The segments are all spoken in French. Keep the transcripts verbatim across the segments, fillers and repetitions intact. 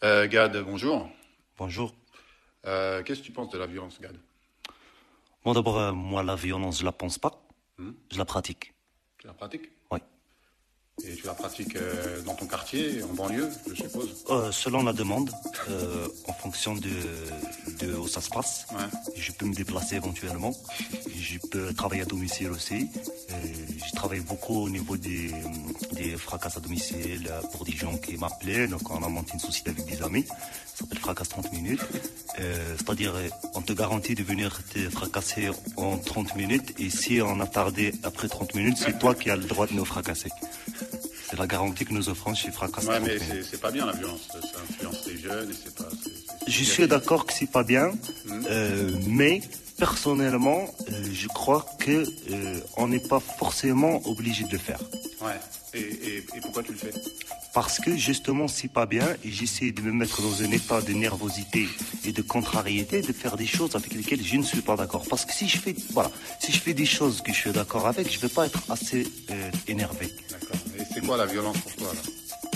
Euh, Gad, bonjour. Bonjour. Euh, Qu'est-ce que tu penses de la violence, Gad? Bon, d'abord, euh, moi, la violence, je la pense pas. Hmm Je la pratique. Tu la pratiques? Oui. Et tu la pratiques euh, dans ton quartier, en banlieue, je suppose? Euh, selon la demande, euh, en fonction de, de où ça se passe, Ouais. je peux me déplacer éventuellement. Je peux travailler à domicile aussi. Euh, je travaille beaucoup au niveau des, des fracasses à domicile euh, pour des gens qui m'appelaient. Donc, on a monté une société avec des amis. Ça s'appelle Fracasse trente minutes. Euh, C'est-à-dire, euh, on te garantit de venir te fracasser en trente minutes. Et si on a tardé après trente minutes, c'est toi qui as le droit de nous fracasser. C'est la garantie que nous offrons chez Fracasse. Ouais, mais c'est- c'est pas bien la violence. Ça influence les jeunes et c'est pas. c'est- c'est- Je c'est- suis d'accord que c'est pas bien, Mhm. euh, mais personnellement, euh, je crois que euh, on n'est pas forcément obligé de le faire. Ouais. Et, et, et pourquoi tu le fais? Parce que justement, c'est pas bien et j'essaie de me mettre dans un état de nervosité et de contrariété, de faire des choses avec lesquelles je ne suis pas d'accord. Parce que si je fais, voilà, si je fais des choses que je suis d'accord avec, je vais pas être assez euh, énervé. D'accord. Et c'est quoi la violence pour toi, là?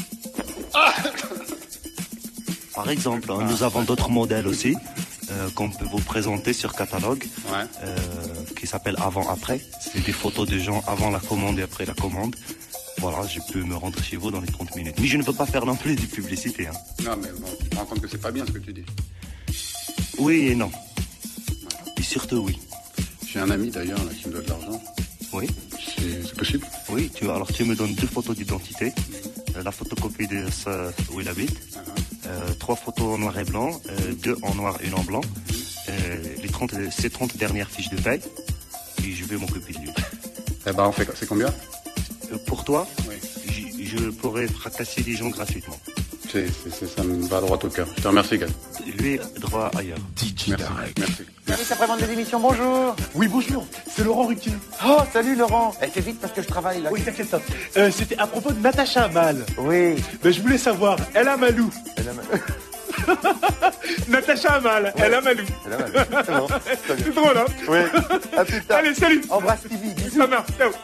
Par exemple, hein, nous avons d'autres modèles aussi euh, qu'on peut vous présenter sur catalogue. Ouais. Euh, qui s'appelle Avant-Après. C'est des photos de gens avant la commande et après la commande. Voilà, je peux me rendre chez vous dans les trente minutes. Mais je ne veux pas faire non plus de publicité. Hein. Non, mais bon, tu te rends compte que c'est pas bien ce que tu dis. Oui et non. Et surtout oui. J'ai un ami d'ailleurs là, qui me donne de l'argent. Oui, C'est c'est possible? oui. Tu, alors tu me donnes deux photos d'identité. Euh, la photocopie de ça, où il habite. Uh-huh. Euh, trois photos en noir et blanc. Euh, deux en noir et une en blanc. Euh, les trente, ces trente dernières fiches de paie. Et je vais m'occuper de lui. Eh ben, on fait. C'est combien? Euh, pour toi, Oui. je, je pourrais fracasser des gens gratuitement. C'est, c'est, c'est- ça me va droit au cœur. Je te remercie, Gad. Lui, droit ailleurs. Merci. Merci. Service après-vente des émissions, bonjour. Oui, bonjour, c'est Laurent Ruquier. Oh, salut Laurent. Eh, fais vite parce que je travaille là. Oui, t'inquiète pas. Euh, C'était à propos de Natacha Amal. Oui. Ben, je voulais savoir, elle a Malou. Elle a mal. Natacha Amal, elle a Malou. Elle a mal. C'est bon. Très bien. C'est drôle, hein? Oui. À plus tard. Allez, salut. Embrasse Stevie. Bisous. Ça marche, ciao.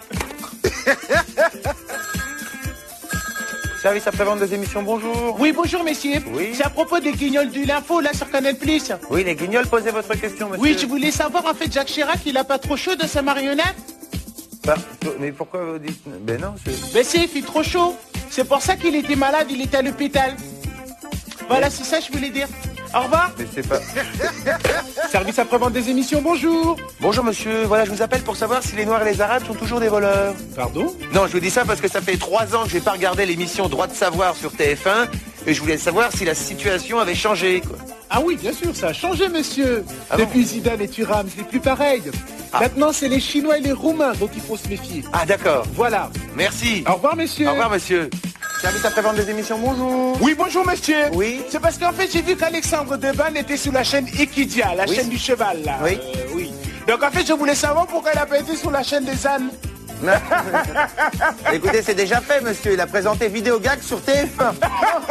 Service après-vente des émissions, bonjour. Oui, bonjour, messieurs. Oui. C'est à propos des guignols de l'info, là, sur Canal+. Oui, les guignols, posez votre question, monsieur. Oui, je voulais savoir, en fait, Jacques Chirac, il a pas trop chaud de sa marionnette? Bah, mais pourquoi vous dites... Ben non, je... Ben si, il fait trop chaud. C'est pour ça qu'il était malade, il était à l'hôpital. Voilà, c'est ça que je voulais dire. Au revoir. Mais c'est pas... Service après-vente des émissions, bonjour. Bonjour monsieur, voilà, je vous appelle pour savoir si les Noirs et les Arabes sont toujours des voleurs. Pardon? Non, je vous dis ça parce que ça fait trois ans que j'ai pas regardé l'émission Droit de savoir sur T F un et je voulais savoir si la situation avait changé, quoi. Ah oui, bien sûr, ça a changé, monsieur. Ah bon? Depuis Zidane et Thuram, c'est plus pareil. Ah. Maintenant, c'est les Chinois et les Roumains dont il faut se méfier. Ah d'accord, Voilà. merci. Au revoir, monsieur. Au revoir monsieur. Service après-vente des émissions, bonjour. Oui, bonjour, monsieur. Oui. C'est parce qu'en fait, j'ai vu qu'Alexandre Debanne était sur la chaîne Equidia, la Oui. chaîne du cheval, là. Oui. Euh, oui. Donc, en fait, je voulais savoir pourquoi elle n'a pas été sur la chaîne des ânes. Non. Écoutez, c'est déjà fait monsieur, il a présenté Vidéo Gag sur T F un.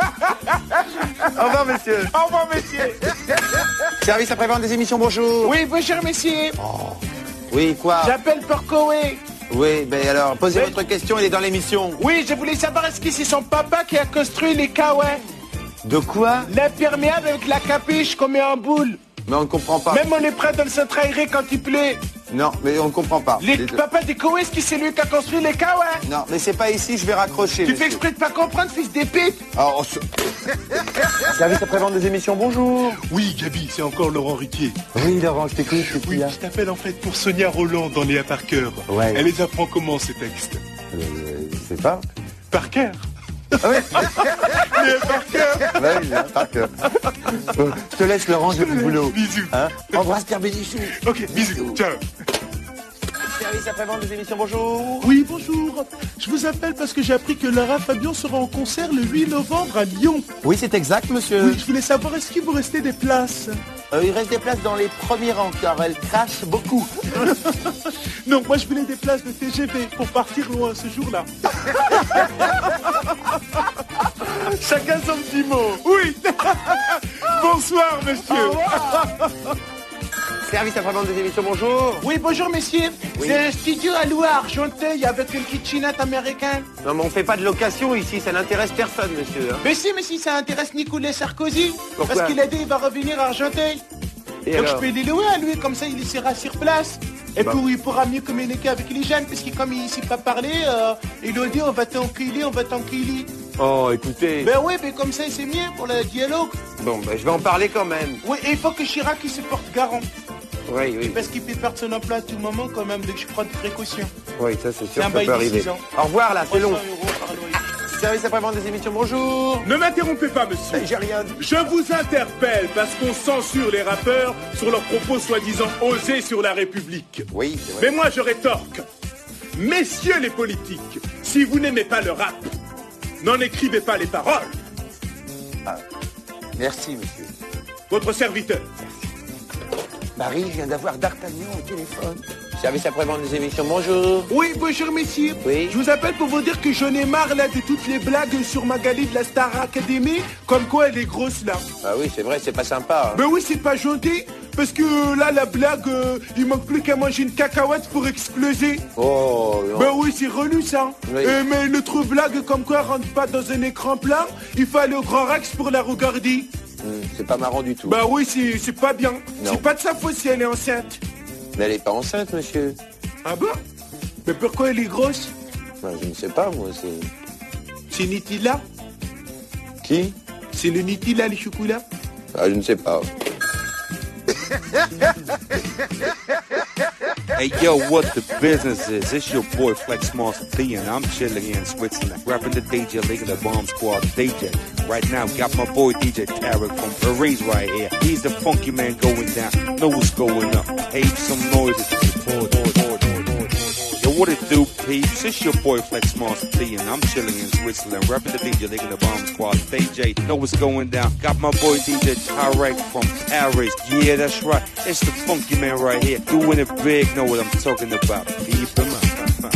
Au revoir monsieur. Au revoir, monsieur. Service après-vente des émissions, bonjour. Oui, bonjour, monsieur. Oui, quoi? J'appelle pour Koé. Oui, ben alors, posez Oui. votre question, il est dans l'émission. Oui, je voulais savoir est-ce que c'est son papa qui a construit les kawaii. De quoi? L'imperméable avec la capuche qu'on met en boule. Mais on ne comprend pas. Même on les prête dans le centre aéré quand il pleut. Non, mais on ne comprend pas. Les Les- papas des Koé, est-ce que c'est lui qui a construit les kawaii? Non, mais c'est pas ici, je vais raccrocher. Tu monsieur. fais exprès de pas comprendre, fils d'épée. Alors, on se- Service après-vente des émissions, bonjour. Oui, Gabi, c'est encore Laurent Ruquier. Oui, Laurent, je t'écoute, c'est Oui, je t'appelle en fait pour Sonia Roland dans Léa Parker. Ouais. Elle les apprend comment ces textes? Euh, je sais pas. Par cœur. Ah oui. Ouais, oui, par cœur. Euh, Je te laisse, Laurent, j'ai du boulot. Bisous. Hein? Embrasse Pierre Bénichou. Ok, bisous. Ciao. Service après-vente des émissions, bonjour. Oui, bonjour. Je vous appelle parce que j'ai appris que Lara Fabian sera en concert le huit novembre à Lyon. Oui, c'est exact, monsieur. Oui, je voulais savoir, est-ce qu'il vous restait des places? Euh, il reste des places dans les premiers rangs, car elle crache beaucoup. Non, moi je voulais des places de T G V pour partir loin ce jour-là. Chacun son petit mot. Oui. Bonsoir, monsieur. C'est Service après-vente des émissions, bonjour. Oui, bonjour, messieurs. Oui. C'est un studio à louer à Argenteuil avec une kitchenette américaine. Non, mais on fait pas de location ici, ça n'intéresse personne, monsieur. Hein. Mais si, mais si, ça intéresse Nicolas Sarkozy. Pourquoi? Parce qu'il a dit qu'il va revenir à Argenteuil. Et Donc alors? je peux les louer à lui, comme ça il sera sur place. Et Bah. puis il pourra mieux communiquer avec les jeunes, parce que comme il ne sait pas parler, euh, il doit dire on va t'enculer, on va t'enculer. Oh, écoutez. Ben oui, mais comme ça c'est mieux pour le dialogue. Bon, ben je vais en parler quand même. Oui, et il faut que Chirac il se porte garant. Oui, oui. Parce qu'il peut perdre son emploi à tout moment quand même, donc je prends des précautions. Oui, ça c'est sûr, C'est un ça bail peut de arriver. six ans. Au revoir là, c'est long. trois cents euros par loyer. Service après-vente des émissions, bonjour. Ne m'interrompez pas, monsieur. Ben, j'ai rien dit. Je vous interpelle parce qu'on censure les rappeurs sur leurs propos soi-disant osés sur la République. Oui, c'est vrai. Mais moi je rétorque. Messieurs les politiques, si vous n'aimez pas le rap, n'en écrivez pas les paroles. Merci, monsieur. Votre serviteur. Marie, je viens d'avoir D'Artagnan au téléphone. Service après-vente des émissions, bonjour. Oui, bonjour messieurs. Oui. Je vous appelle pour vous dire que j'en ai marre là de toutes les blagues sur Magali de la Star Academy, comme quoi elle est grosse là. Ah oui, c'est vrai, c'est pas sympa. Hein. Ben oui, c'est pas gentil, parce que euh, là, la blague, euh, il manque plus qu'à manger une cacahuète pour exploser. Oh, non. Ben oui, c'est relou ça. Oui. Euh, mais notre blague, comme quoi elle rentre pas dans un écran plat, il faut aller au Grand Rex pour la regarder. Hum, c'est pas marrant du tout. Ben oui, c'est c'est pas bien. Non. C'est pas de sa faute si elle est enceinte. Mais elle est pas enceinte, monsieur. Ah bon? Mais pourquoi elle est grosse? Ben, je ne sais pas, moi, c'est... C'est Nutella? Qui? C'est le Nutella, les chocolats? Ah, je ne sais pas. Hey yo, what the business is? It's your boy Flex Master P and I'm chilling here in Switzerland, rapping the D J League of the Bomb Squad D J. Right now, got my boy D J Tarek from Paris right here. He's the funky man going down. Know what's going up. Hey, some noises. Yo, what it do, peeps? It's your boy Flex Master P and I'm chilling in Switzerland, rapping the D J League of the Bomb Squad D J. Know what's going down. Got my boy D J Tarek from Paris. Yeah, that's right. It's the funky man right here. Doing it big. Know what I'm talking about. Keep him up.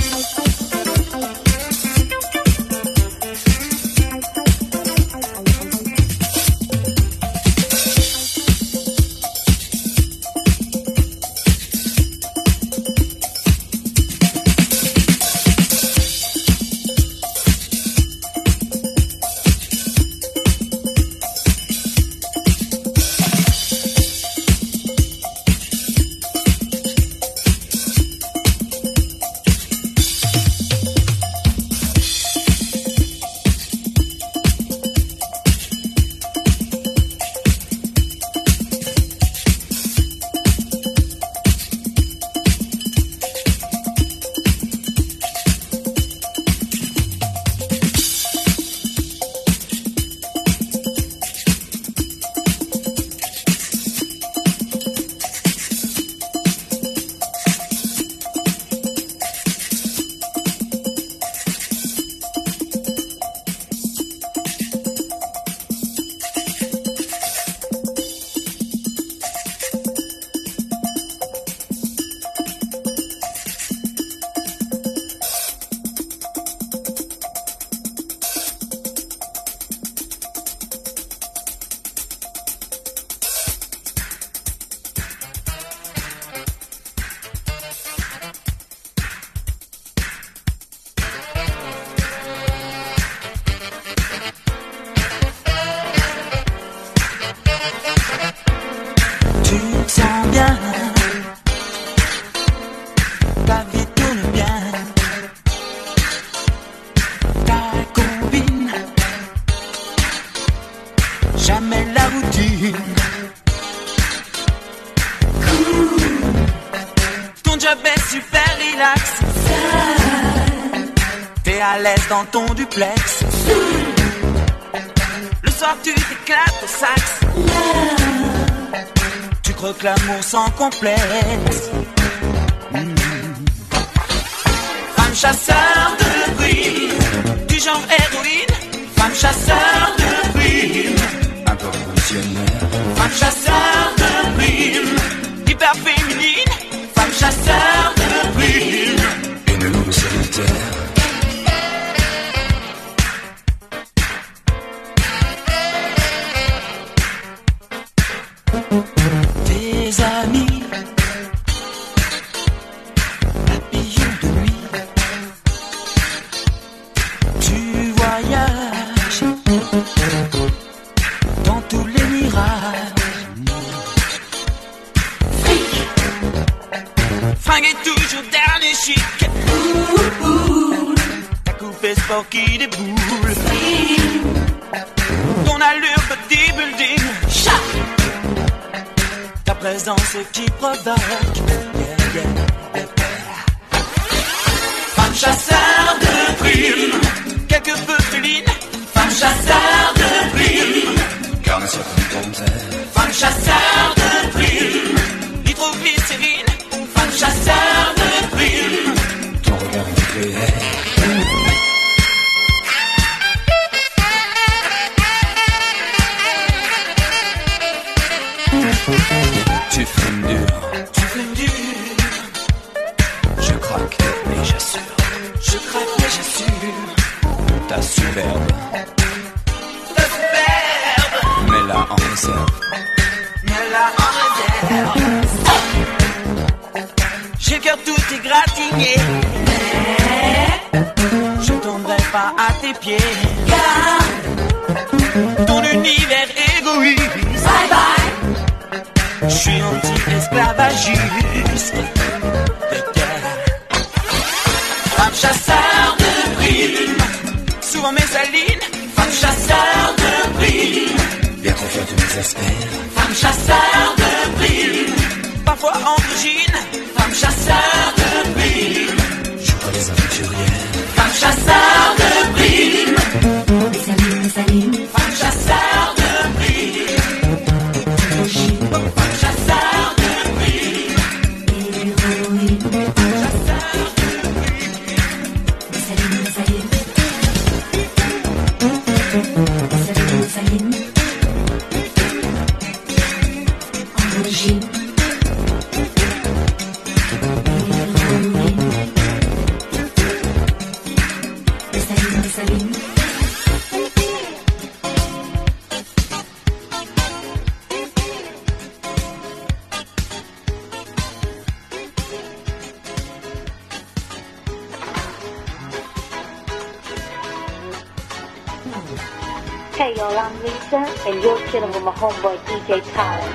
Dans ton duplex, le soir tu t'éclates au sax, tu croques l'amour sans complexe. Mmh. Femme chasseur de bruit, du genre héroïne, femme chasseur de bruit, femme chasseur de bruit, hyper féminine, femme chasseur de bruit, une loupe solitaire. Tes amis tous les mirages. Fric, fringué toujours dernier chic. Ouh, ouh, ta coupe est sport qui déboule. Ton allure bodybuilding. Chat, ta présence qui provoque. Yeah, yeah, yeah. Femme chasseur de primes, quelque peu féline. Femme chasseur de primes, carnassière comme Dante. Femme chasseur de primes, nitroglycérine. Femme chasseur de primes, ton regard nucléaire. Tu fumes dur, tu fumes dur. Je craque mais j'assure. Je craque mais j'assure. Ta superbe, ta superbe, mets-la en réserve. Mets-la en réserve. J'ai le cœur tout égratigné, mais je tomberai pas à tes pieds. Car ton univers égoïste. Bye bye. Je suis anti-esclavagiste. Femme chasseur de primes, souvent messaline. Femme chasseur de primes, bien confiante de mes aspects. Femme chasseur de primes, parfois androgyne. Femme chasseur de primes, je crois les aventurières. Femme chasseur de primes, messaline, messaline. Femme chasseur de primes, femme chasseur de primes, héroïne. Femme chasseur de primes, messaline, messaline. Messaline, messaline. Androgyne. Héroïne. Messaline, messaline. Hey y'all, I'm Lisa, and you're chilling with my homeboy D J Tyler.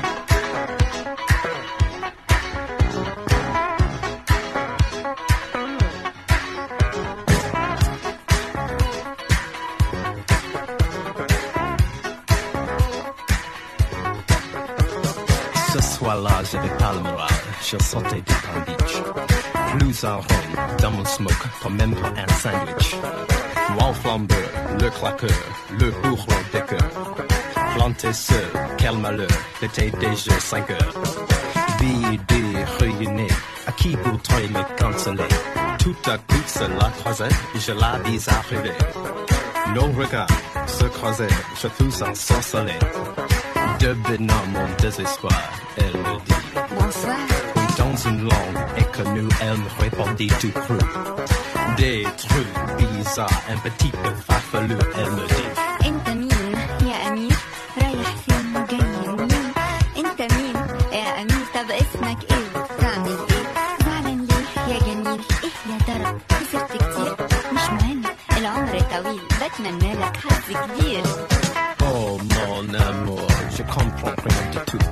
Ce soir-là, j'avais pas le moral, je sortais du Palm Beach. Plus un rhum dans mon smoke, pas même pas un sandwich. Moi, flambeur, le claqueur, le bourreau des cœurs. Planté seul, quel malheur, il était déjà cinq heures. Bidé réunis, à qui voudrait me canceller? Tout à coup, cela croisait, je la vis arriver. Nos regards se croisaient, je fus ensorcelé. Devinant mon désespoir, elle me dit bonsoir. Dans une langue inconnue, elle me répondit tout cru. Des trucs bizarres, un petit peu farfelu, elle me dit انت مين يا امير رايح فين وجاي منين انت مين يا امير طب اسمك ايه وبتعمل ايه زعلان ليه يا جميل ايه يا ترى خسرت كتير مش مهم العمر طويل بتمنى لك حظ كبير. Oh mon amour, je comprends rien du tout.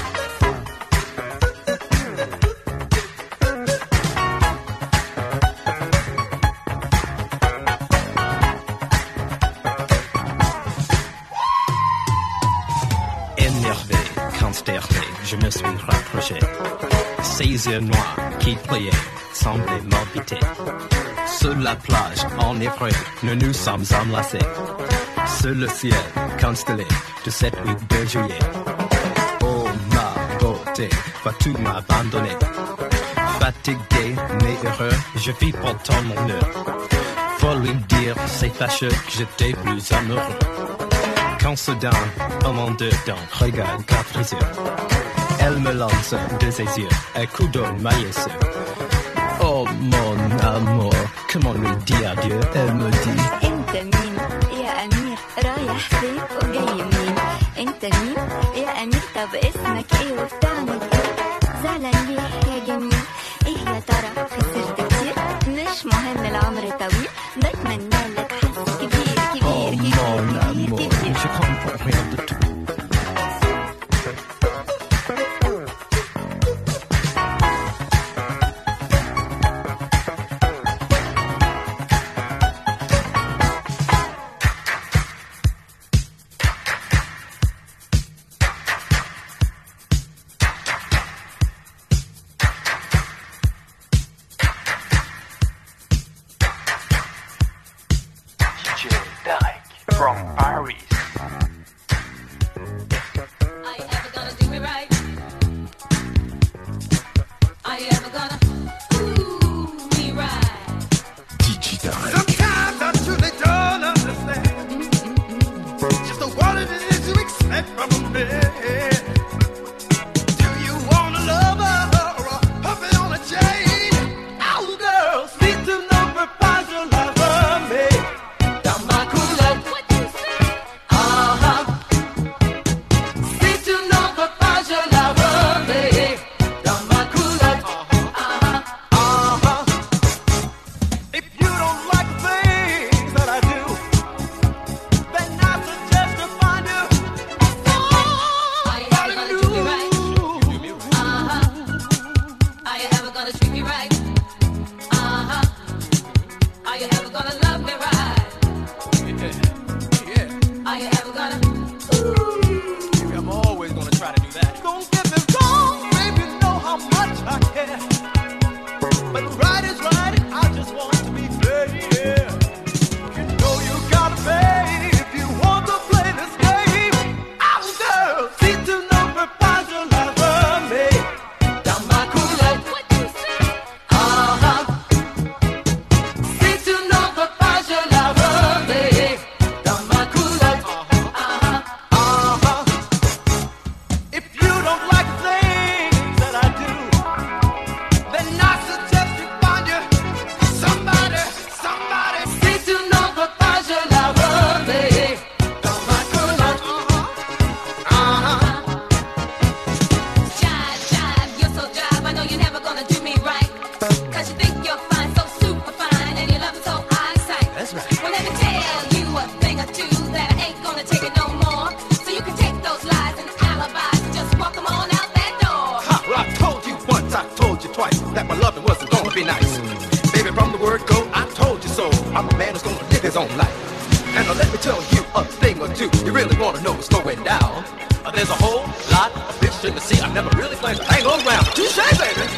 Énervé, consterné, je me suis rapproché. Ses yeux noirs qui pliaient semblaient m'habiter. Sur la plage, enivré, nous nous sommes enlacés. Sur le ciel constellé de cette huit de juillet. Oh ma beauté, vas-tu m'abandonner? Fatigué mais heureux, je vis pourtant mon heure. Faut lui dire, c'est fâcheux, que j'étais plus amoureux. Quand soudain, au monde dedans, regarde capricieux. Elle me lance de ses yeux un coup d'eau maillesseux. Oh mon amour, comment lui dire adieu? Elle me dit انت مين يا امير رايح فين وجاي منين انت مين يا امير طب اسمك ايه وبتعمل ايه زعلان ليه يا جميل ايه يا ترى خسرت كتير مش مهم العمر طويل بتمنى لك حظ كبير كبير Oh كبير mon كبير amour, كبير je comprends rien de tout. own life. And uh, let me tell you a thing or two. You really want to know what's going down? Uh, there's a whole lot of fish in the sea. I never really planned to hang around. Touché, baby.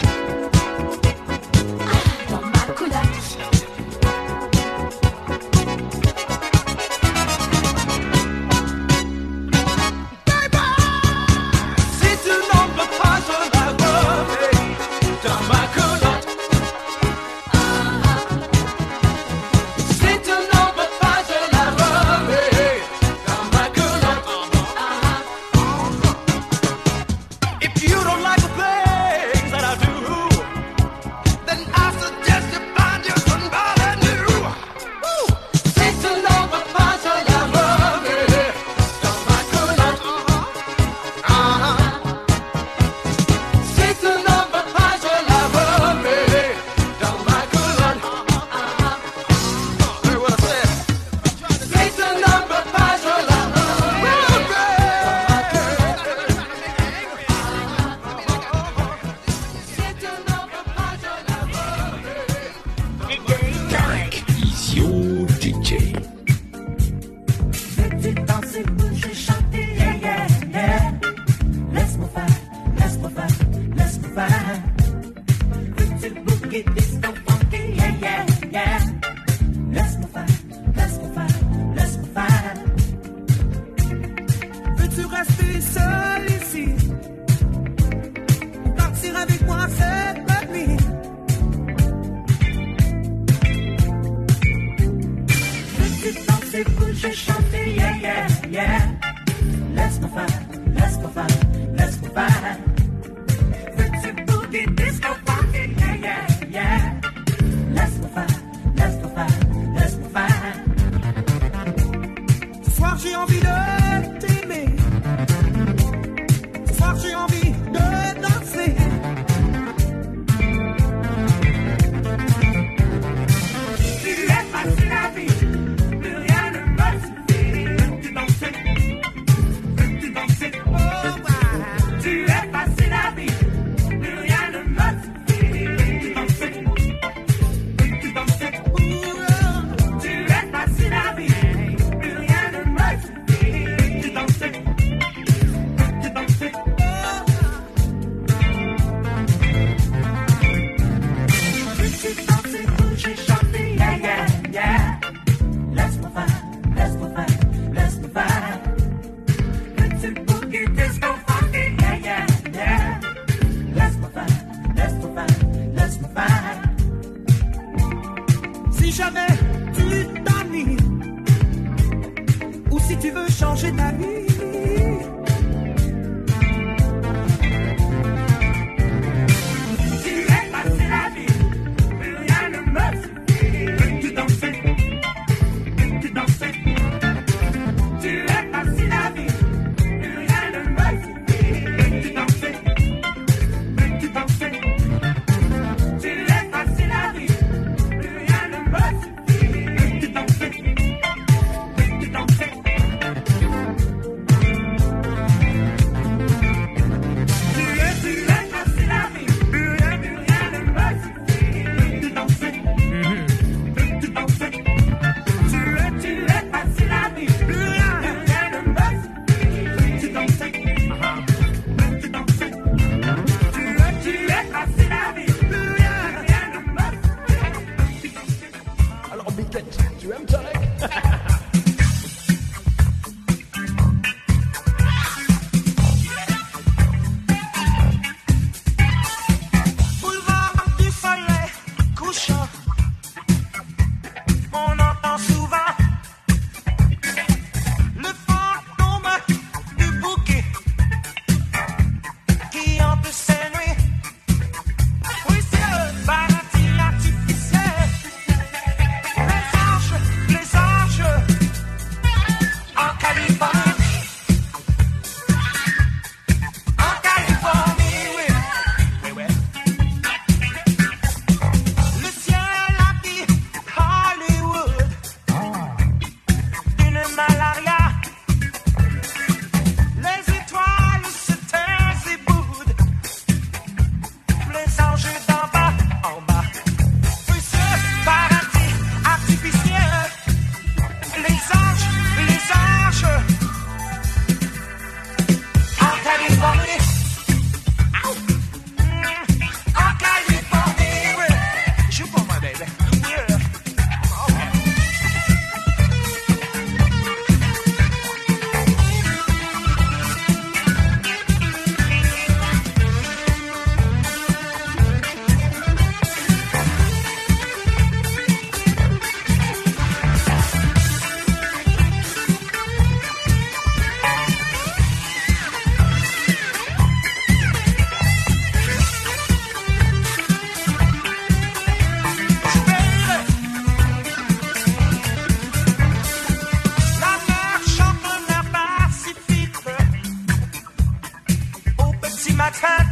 matin.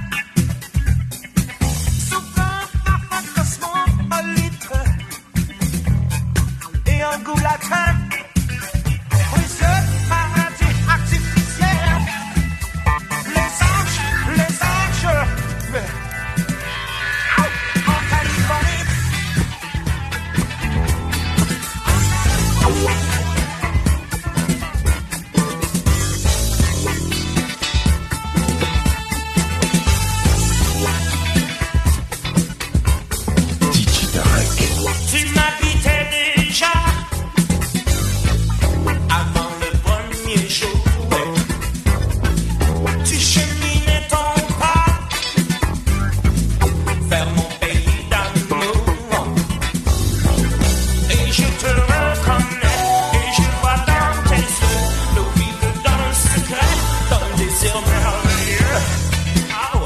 Souvent un cassement à litre et un goût latin. Oui, ce paradis artificiel. Les anges, les anges. Mais... en Californie. Tu m'habitais déjà avant le premier jour. Tu cheminais ton pas vers mon pays d'amour. Et je te reconnais et je vois dans tes yeux le vivre dans le secret, dans le désir merveilleux. Oh.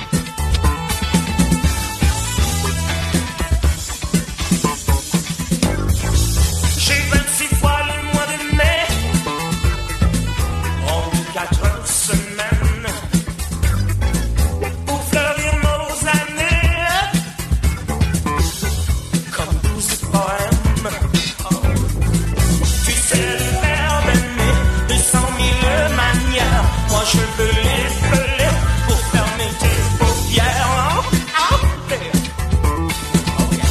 J'ai vingt-six fois le mois de mai en quatre semaines pour fleurir nos années comme douze poèmes. Oh. Tu sais le verbe aimer de cent mille manières. Moi je veux les peler pour fermer tes paupières. Oh. Oh. Oh, yeah.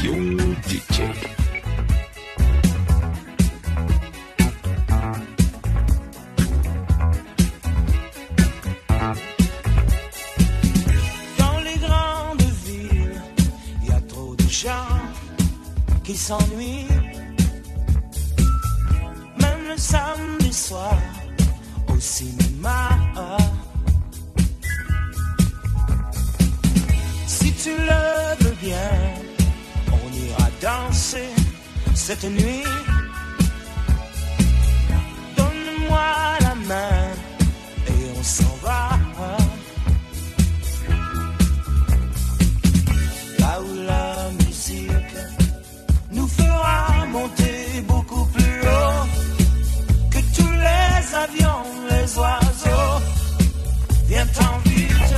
Radio D J. Dans les grandes villes, il y a trop de gens qui s'ennuient. Même le samedi soir, au cinéma. Si tu le veux bien, on ira danser cette nuit. Donne-moi la main et on s'en va. Là où la musique nous fera monter beaucoup plus haut que tous les avions, les oiseaux. Viens-t'en vite.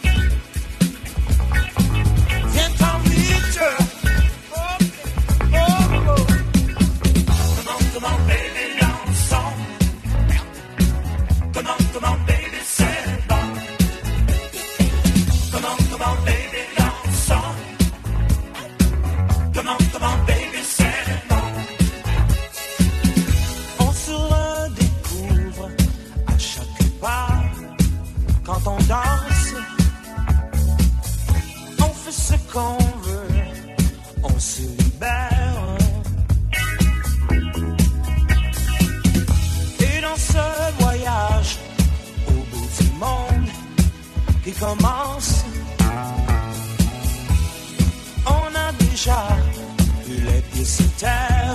Viens-t'en vite. Oh, oh, oh. Come on, come on, baby, dansons. Come on, come on, baby, c'est bon. Come on, come on, baby, dansons. Come on, come on, baby, c'est bon. On se redécouvre à chaque pas quand on danse. On fait ce qu'on veut, on se libère. Et dans ce voyage au bout du monde qui commence, on a déjà eu les pieds sur terre.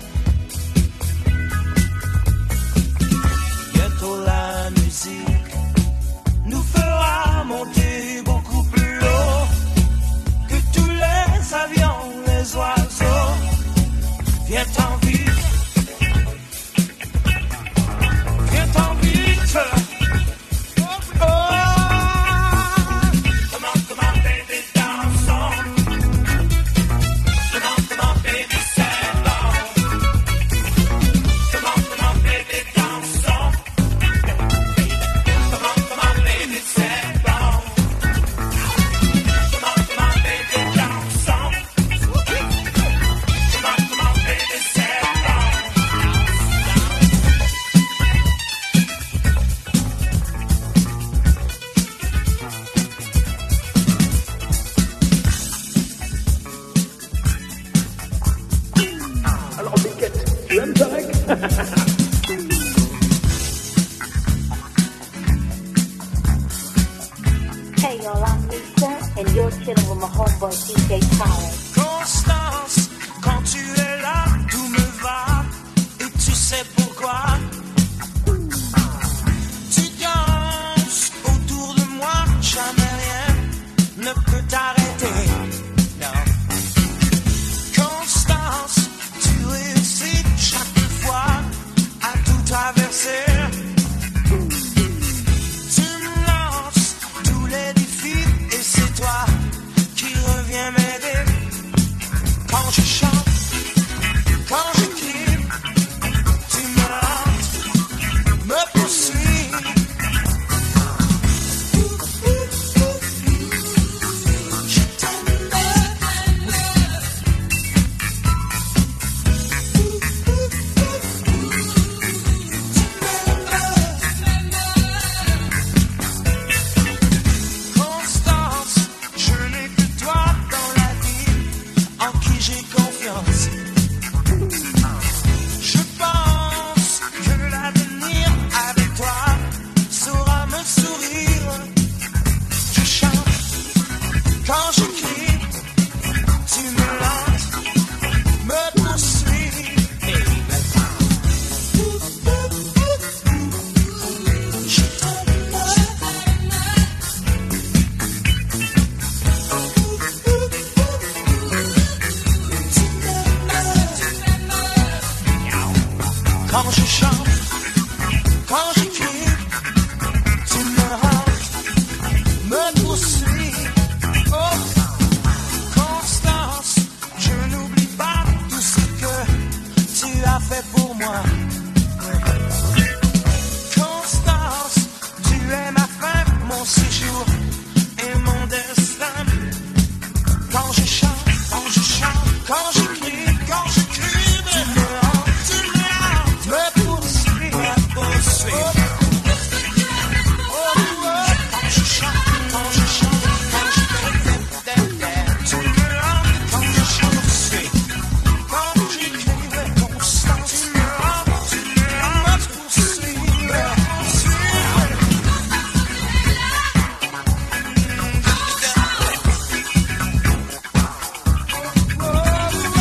Bientôt la musique nous fera monter beaucoup plus haut que tous les avions, les oiseaux. Viens-t'en vite. Viens-t'en vite. Oh, oh. Come on, come on, baby, dansons. Come on, come on, baby, c'est bon. Come on, come on, baby, dansons. Come on, come on, baby, c'est bon. Come on, come on, baby, dansons. Come on, come on, baby, c'est bon. Alors, Biquette, tu aimes Tarek? Hey y'all, I'm Lisa, and you're chilling with my homeboy D J Tarek. Constance, quand tu es là, tout me va. Et tu sais pourquoi? Tu danses autour de moi, jamais rien ne peut t'arrêter. Non. Constance, tu réussis chaque fois à tout traverser. Tu me lances tous les défis et c'est toi qui reviens m'aider. Quand je chante, quand je crie, tu me lances, me poursuis. Je t'aime. Constance, je n'ai que toi dans la vie, en qui j'ai confiance. Je pense que l'avenir avec toi saura me sourire. Je chante, quand je crie, tu me lances, me poursuis. Je Quand je chante, quand je crie, tu me hantes, me poursuis. Oh, Constance, je n'oublie pas tout ce que tu as fait pour moi. Constance, tu es ma fin, mon séjour et mon destin. Quand je chante, quand je chante, Quand j'écris, quand j'écris, tu me rends, tu me rends, me poursuis, me poursuis. Oh, oh, quand je chante, quand je chante, quand je fais, tu me rends, quand je chante, suis. Quand j'écris, me constant, tu me rends, tu me rends, me poursuis, me poursuis. Oh,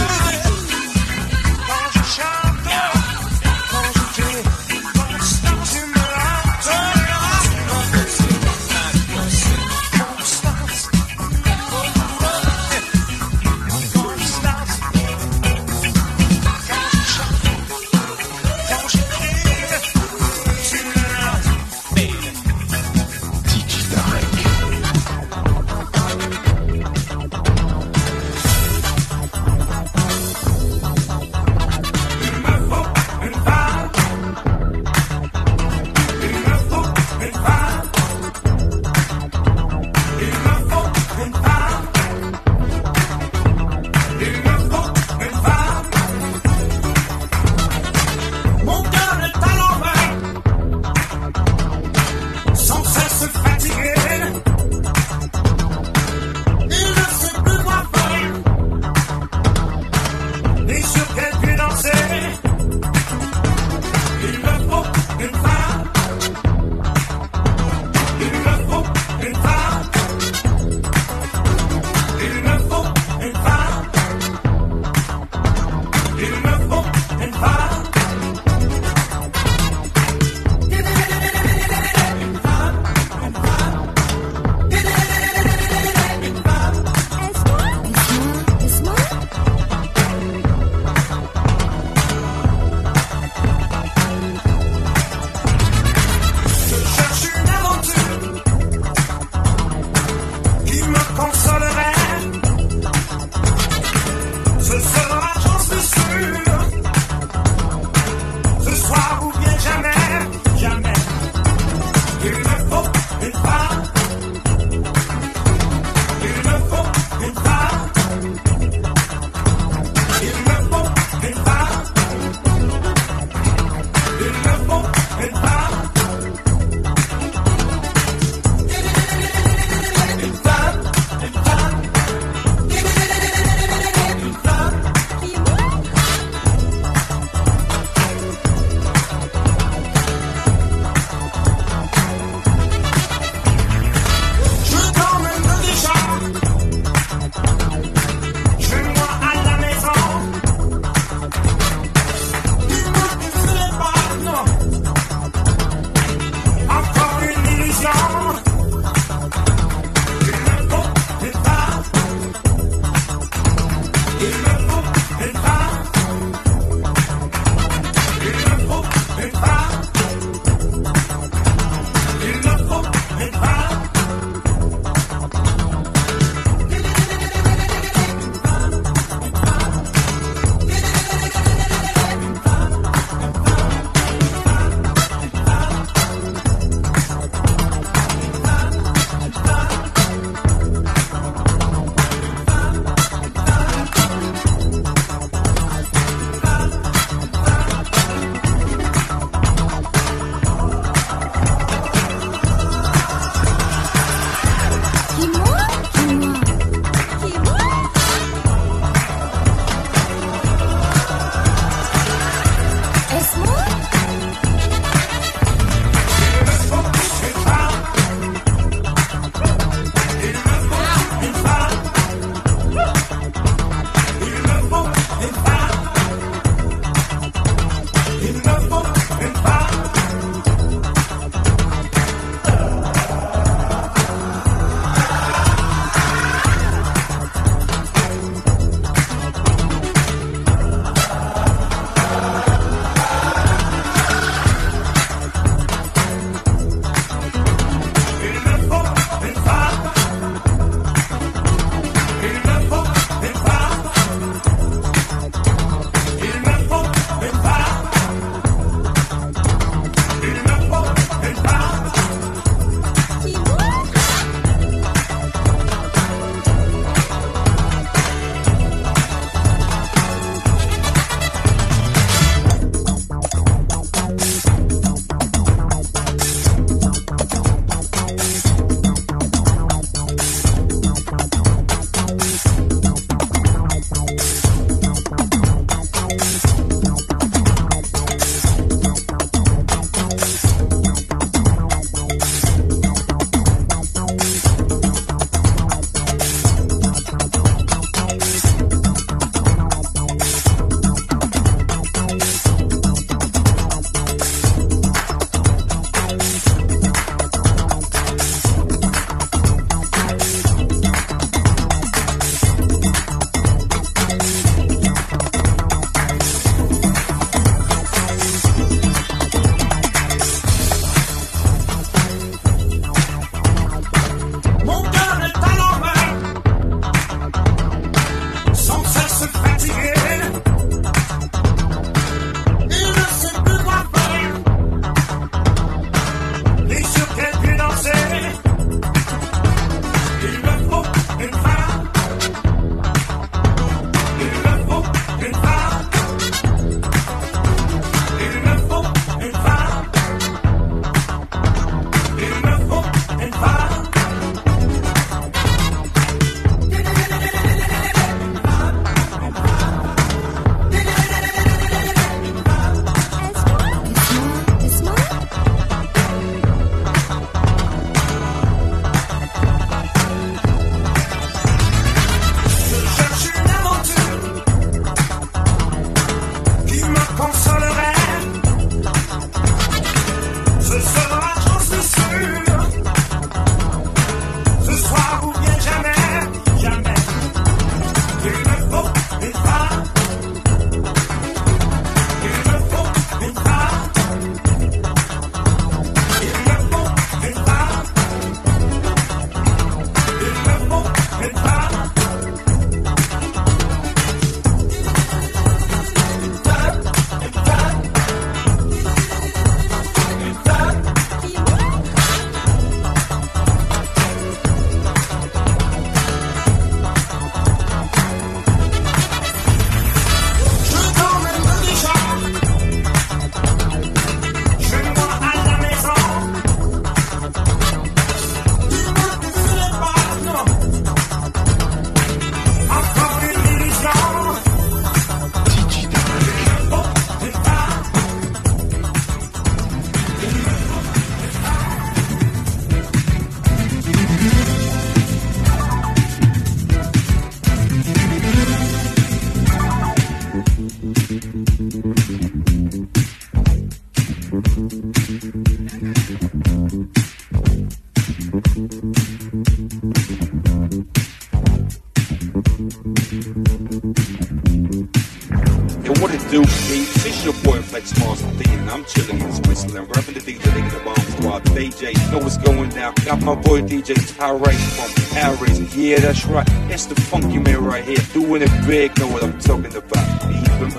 do, peeps? It's your boy Flex Master D, and I'm chilling in Switzerland, rapping the D J, licking the bomb squad. D J, know what's going down? Got my boy D J Tarek from Paris. Yeah, that's right. It's the funky man right here, doing it big. Know what I'm talking about? Even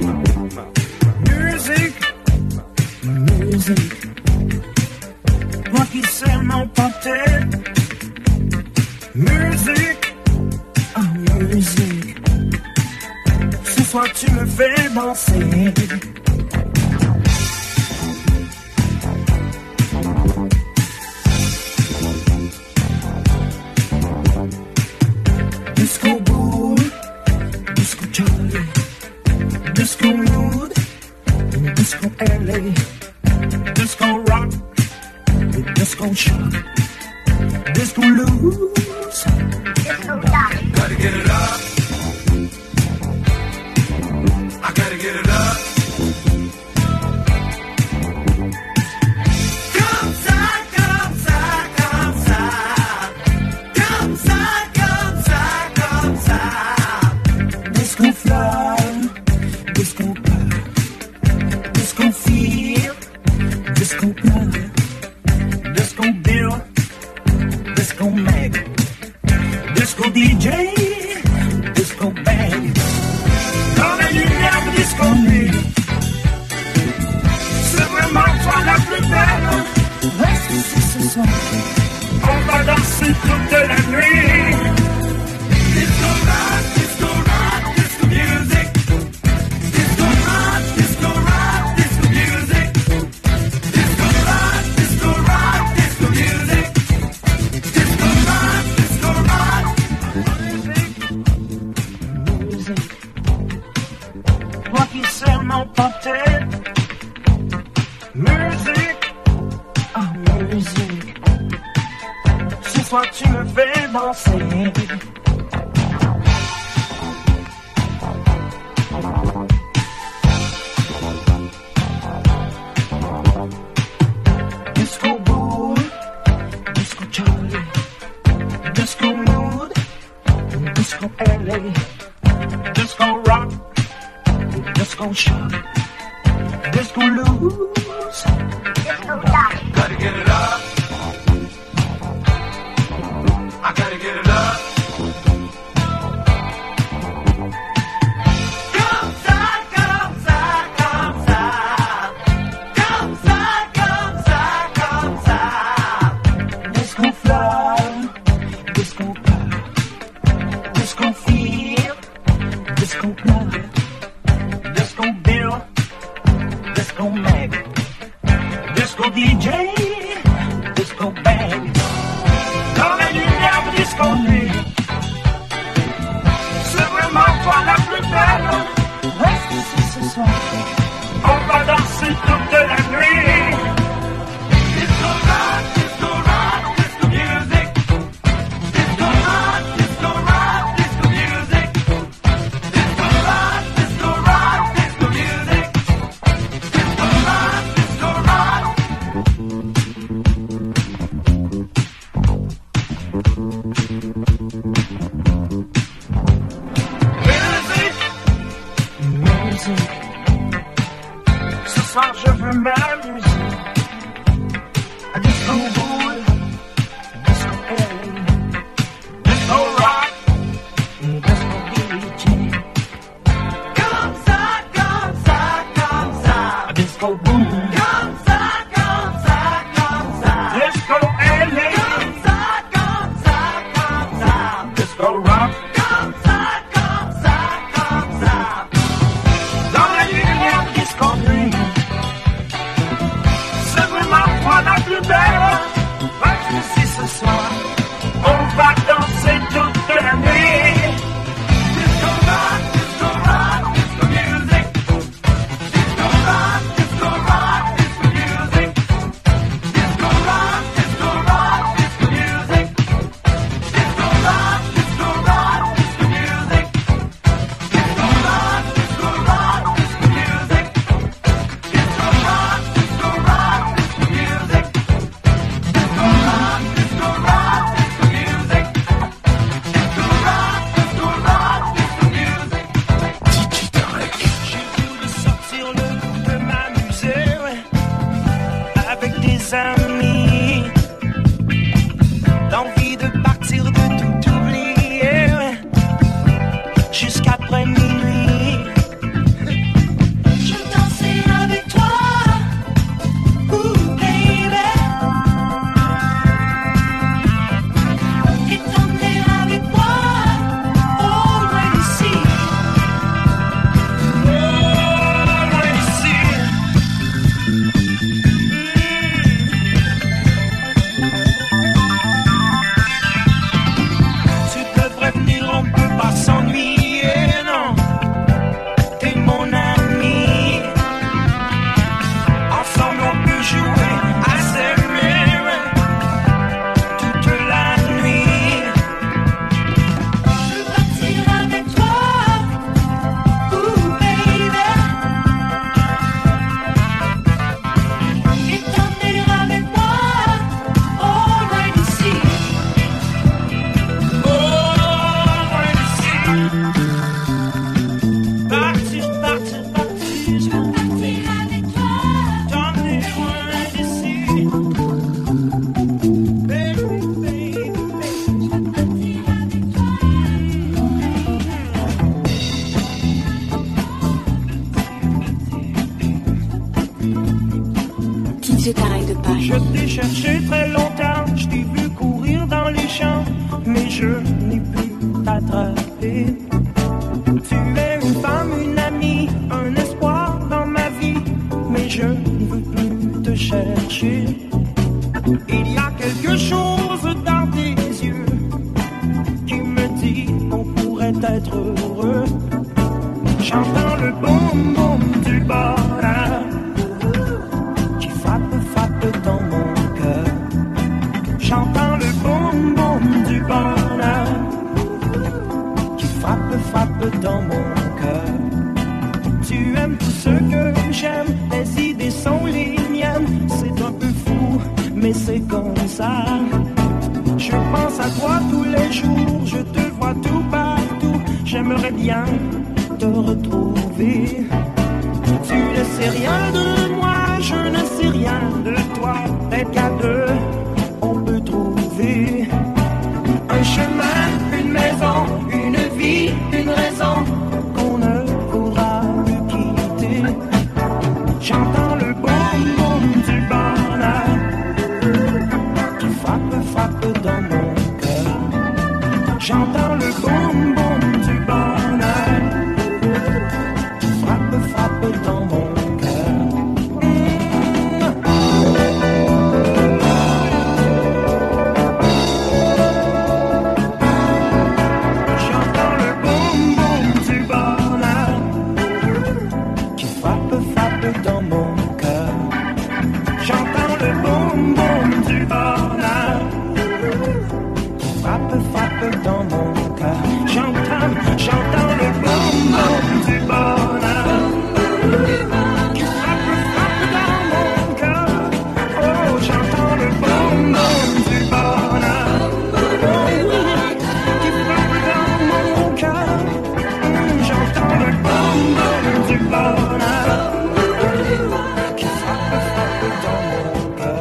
music, music. Moi qui sais m'emporter. Musique, oh musique. Ce soir tu me fais danser. Disco Boom, Disco Charlie, Disco Mood, Disco L A, Disco Rock, Disco Shock, Disco Loose. Gotta get it up. I gotta get it up. Comme ça, comme ça, comme ça. Comme ça, comme ça, comme ça. Disco Fly, Disco Pop, Disco Feel, Disco Blood, Disco Bill, Disco Mag, Disco D J, Disco Bang. Dans la lumière de Disco Nuit, c'est vraiment toi la plus belle. Reste ici ce soir, on va danser toute la nuit. Disco rock, disco rock, disco music. Disco rock, disco rock, disco music. Disco rock, disco rock, disco music. Disco rock, disco rock. Moi qui sais m'emporter. Musique, oh musique. Ce soir tu me fais danser. Disco Boom, Disco Charlie, Disco Mood, Disco L A, Disco Rock, Disco Shock, Disco Loose. Gotta get it up. I gotta get it up. Comme ça, comme ça, comme ça. Comme ça, comme ça, comme ça. Disco Fly, Disco Pop, Disco Feel, Disco Blood, Disco Bill, Disco Mag, Disco D J, Disco Bang. Dans la lumière de Disco Nuit, c'est vraiment toi la plus belle. Reste ici ce soir, on va danser toute la nuit. Disco rock, disco rock, disco music. Disco rock, disco rock, disco music. Disco rock, disco rock, disco music. Disco rock, disco rock. Musique, ce soir je veux m'amuser. À Disco Boom, Disco L A, Disco Rock, Disco D J. Comme ça, comme ça, comme ça. À Disco Boom, Comme ça, comme ça, comme ça. Disco L A, Comme ça, comme ça, comme ça. Disco Rock. Comme ça, comme ça, comme ça. Dans la lumière de Disco Nuit, c'est vraiment toi la plus belle. Reste ici ce soir, on va danser toute la nuit. Disco rock, disco rock, disco music. Disco rock, disco rock, qu'après minuit, je danserai avec toi. Ooh, baby. Et t'emmener avec moi. All right ici. all right ici. Tu devrais venir, on peut pas s'ennuyer, non. T'es mon ami. Ensemble on peut jouer à s'aimer toute la nuit. Je veux partir avec toi. Ooh, baby. Et t'emmener avec moi. All right ici. all right ici. Partir, partir, partir. Je veux partir avec toi. T'emmener loin d'ici. Baby, baby, baby. D J Tarek de Paris. Je t'ai cherché très longtemps, je t'ai vu courir dans les champs, mais je n'ai pu t'attraper. Tu es une femme, une amie, un espoir dans ma vie, mais je ne veux plus te chercher. Il y a quelque chose dans tes yeux qui me dit qu'on pourrait être heureux. J'entends le boum boum du bonheur qui frappe, frappe dans mon cœur. J'entends le boum boum du bonheur qui frappe, frappe dans mon cœur. Tu aimes tout ce que j'aime, tes idées sont les miennes. C'est un peu fou, mais c'est comme ça. Je pense à toi tous les jours, je te vois tout partout. J'aimerais bien te retrouver. Tu ne sais rien de moi, je ne sais rien de toi. Peut-être qu'à deux, on peut trouver un chemin, une maison, une vie, une raison qu'on ne pourra plus quitter. J'entends le boum boum du bonheur qui frappe, frappe dans mon cœur. J'entends le boum boum du bonheur qui frappe, frappe dans mon cœur. J'entends le boum boum du bonheur qui frappe, frappe dans mon cœur. J'entends le boum boum du bonheur qui frappe, frappe dans mon cœur. J'entends, j'entends le boum boum du bonheur qui frappe, frappe dans mon cœur. Oh, j'entends le boum boum du bonheur qui frappe dans mon cœur. Hum, J'entends le boum boum du bonheur qui frappe, frappe dans mon cœur.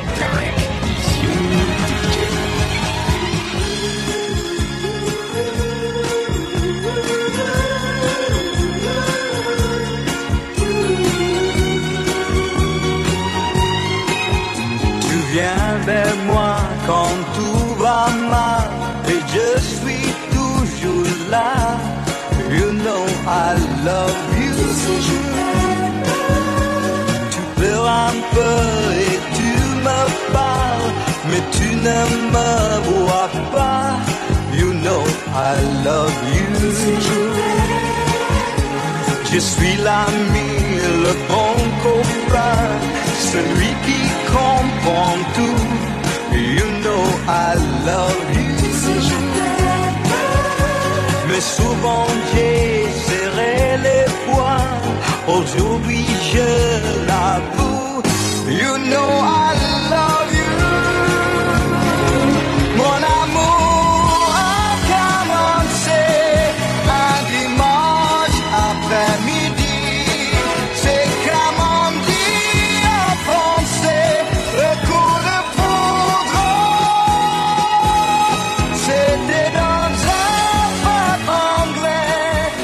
Tu viens vers moi quand tout va mal et je suis toujours là. You know I love you. Tu pleures un peu et tu me parles, mais tu ne me vois pas. You know I love you. Je suis l'ami, le bon copain, celui qui comprend tout. You know I love you. Mais souvent j'ai serré les poings, aujourd'hui je l'avoue. You know I love you. Mon amour a commencé un dimanche après-midi. C'est comme on dit en français, le coup de foudre. C'était dans un pub anglais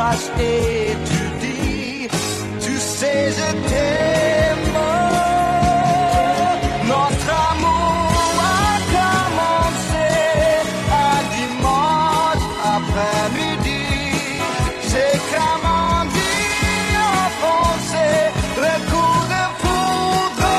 m'embrasses et tu dis, tu sais, je t'aime. Notre amour a commencé un dimanche après-midi. C'est clairement dit en français, le coup de foudre.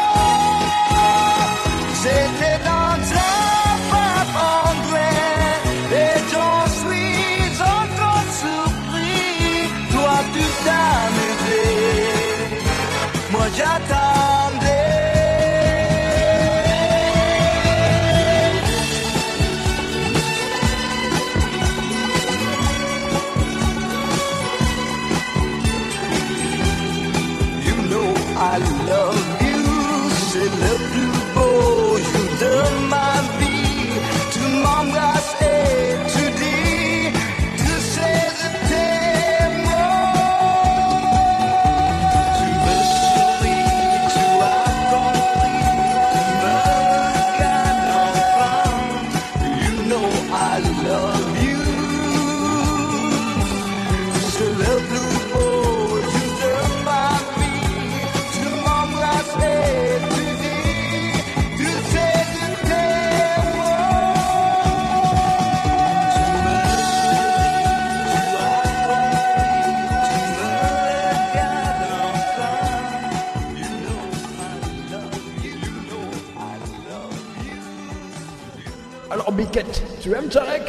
C'était dans un pub anglais et j'en suis encore surpris. Toi tu t'amusais, moi j'attendais. I love you, c'est le plus beau jour de ma vie. Tu m'embrasses et tu dis, tu sais je t'aime. Tu me souris, tu as compris, tu me regardes enfin. You know I love you, c'est le plus beau jour de ma vie. Et tu dis, tu sais, je t'aime. Tu me souris, tu as compris, tu me regardes enfin. You know I love you, you know I love you. Alors, Biquette, tu aimes Tarek?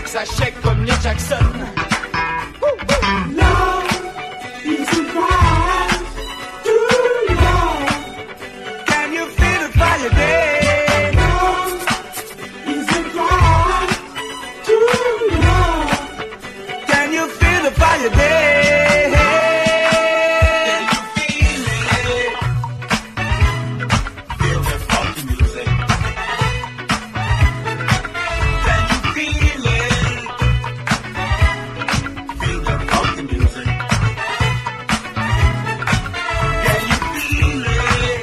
que ça shake comme les Jackson. Love is a fire too long. Can you feel the fire there? Love is a fire too long. Can you feel the fire there? Can you feel it? Feel the funky music. Can you feel it? Feel the funky music. Can you feel it?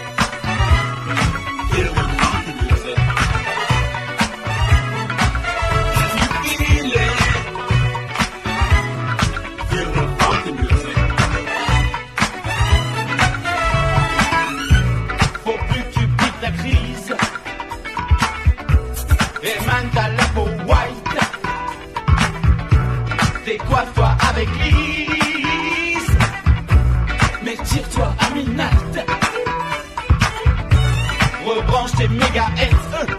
Feel the funky music. Can you feel it? Feel the funky music. Faut plus que tu piques la crise. Et man, t'as la peau white. Décoiffe-toi avec lisse. Mais tire-toi à midnight. Rebranche tes mégahertz. euh.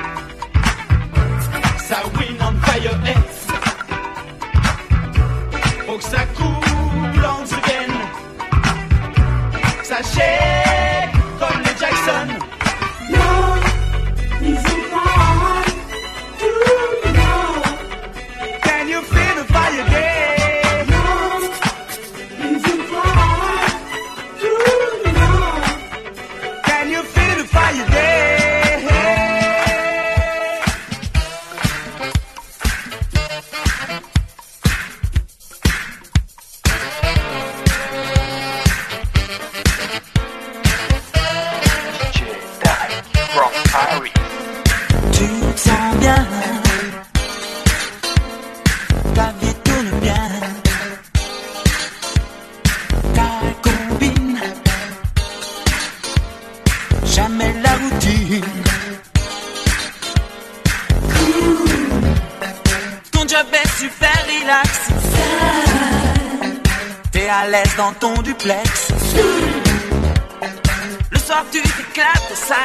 Ça win on fire heads. Faut que ça coule en again. Ça shake comme les Jackson. Love is a fire too long. Can you feel the fire there? Love is a fire too long. Can you feel the fire there? Tu te sens bien, ta vie tourne bien, ta combine, jamais la routine. Ton job est super relax. T'es à l'aise dans ton duplex, Le soir tu t'éclates au sax.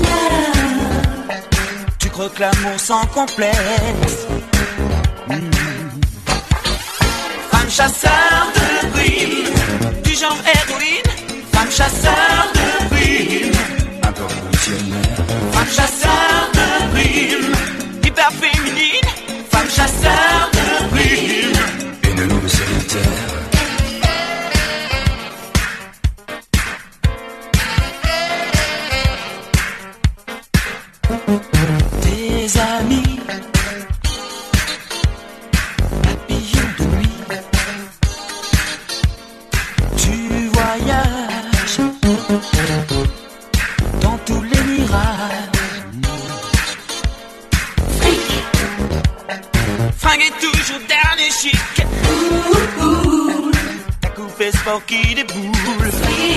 tu crois que l'amour sans complexe. Femme chasseur de primes, du genre héroïne. Femme chasseur de primes, Un peu révolutionnaire. femme chasseur de primes. Hyper féminine, femme chasseur de primes. Une loupe solitaire. Tes amis, papillons de nuit, tu voyages dans tous les mirages. Fringué toujours dernier chic. Ta coupe est sport qui déboule.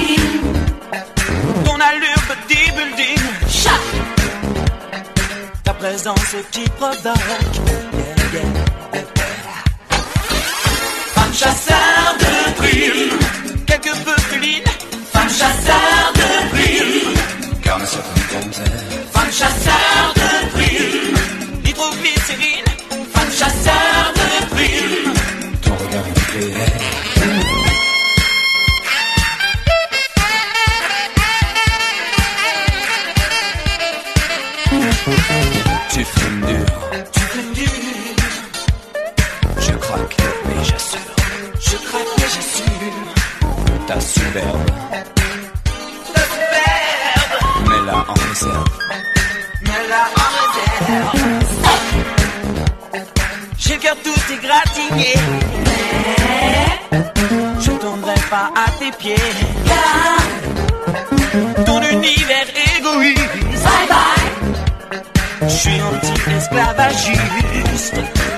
Ton allure bodybuilding. Chat. Ta présence qui provoque. Yeah, yeah, yeah. Femme chasseur de primes, quelque peu féline. Femme chasseur de primes, Car ne certaines misère. femme chasseur de primes. Nitroglycérine, femme chasseur de primes. Ton regard est nucléaire. Tu fumes dur. Tu fumes dur, Je craque, mais j'assure. je craque mais j'assure. Ta superbe. Ta superbe, Mets-la en réserve. mais là en réserve. J'ai le cœur tout égratigné, je tomberai pas à tes pieds. Ton univers égoïste. Bye bye. Je suis anti-esclavagiste.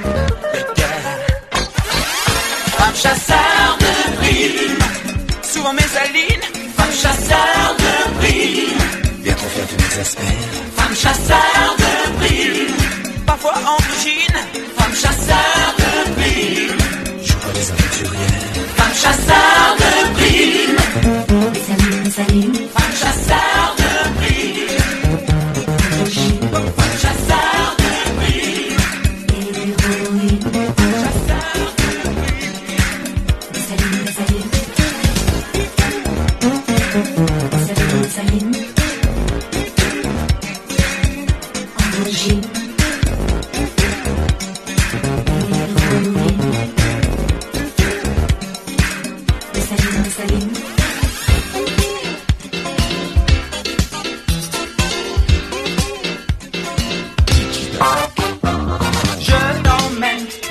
Femme chasseur de primes, souvent mésaline. Femme chasseur de primes, Viens te faire de mes aspects. femme chasseur de primes. Parfois androgyne, femme chasseur de primes. Je vois les aventurières. Femme chasseur de primes, Salut, salut. femme chasseur de primes. Femme chasseur de primes.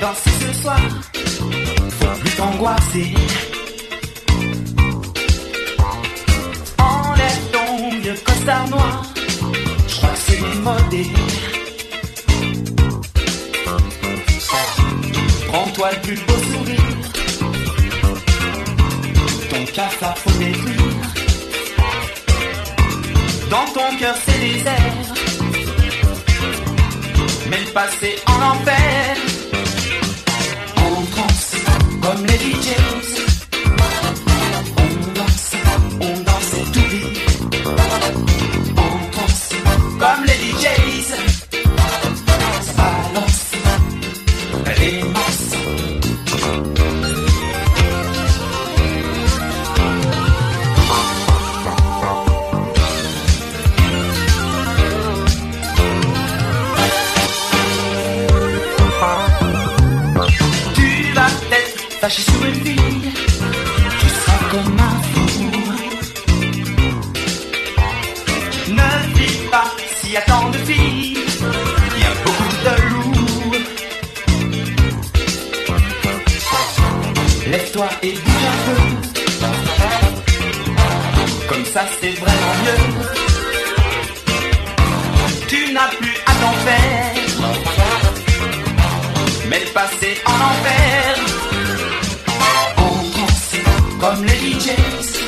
danser ce soir, faut plus t'angoisser. Enlève ton vieux costard noir, je crois que c'est démodé. Prends-toi le plus beau sourire, ton cafard faut détruire. Dans ton cœur c'est désert, mais le passé en enfer. On danse comme les D Js, on danse, on danse et tout vite. On danse comme les D Js, ça balance les masses. Fâché sur une fille, tu seras comme un fou. Ne vis pas s'il y a tant de filles, il y a beaucoup de loups. Lève-toi et bouge un peu, comme ça c'est vraiment mieux. Tu n'as plus à t'en faire, mais le passé en enfer. Comme les D Js,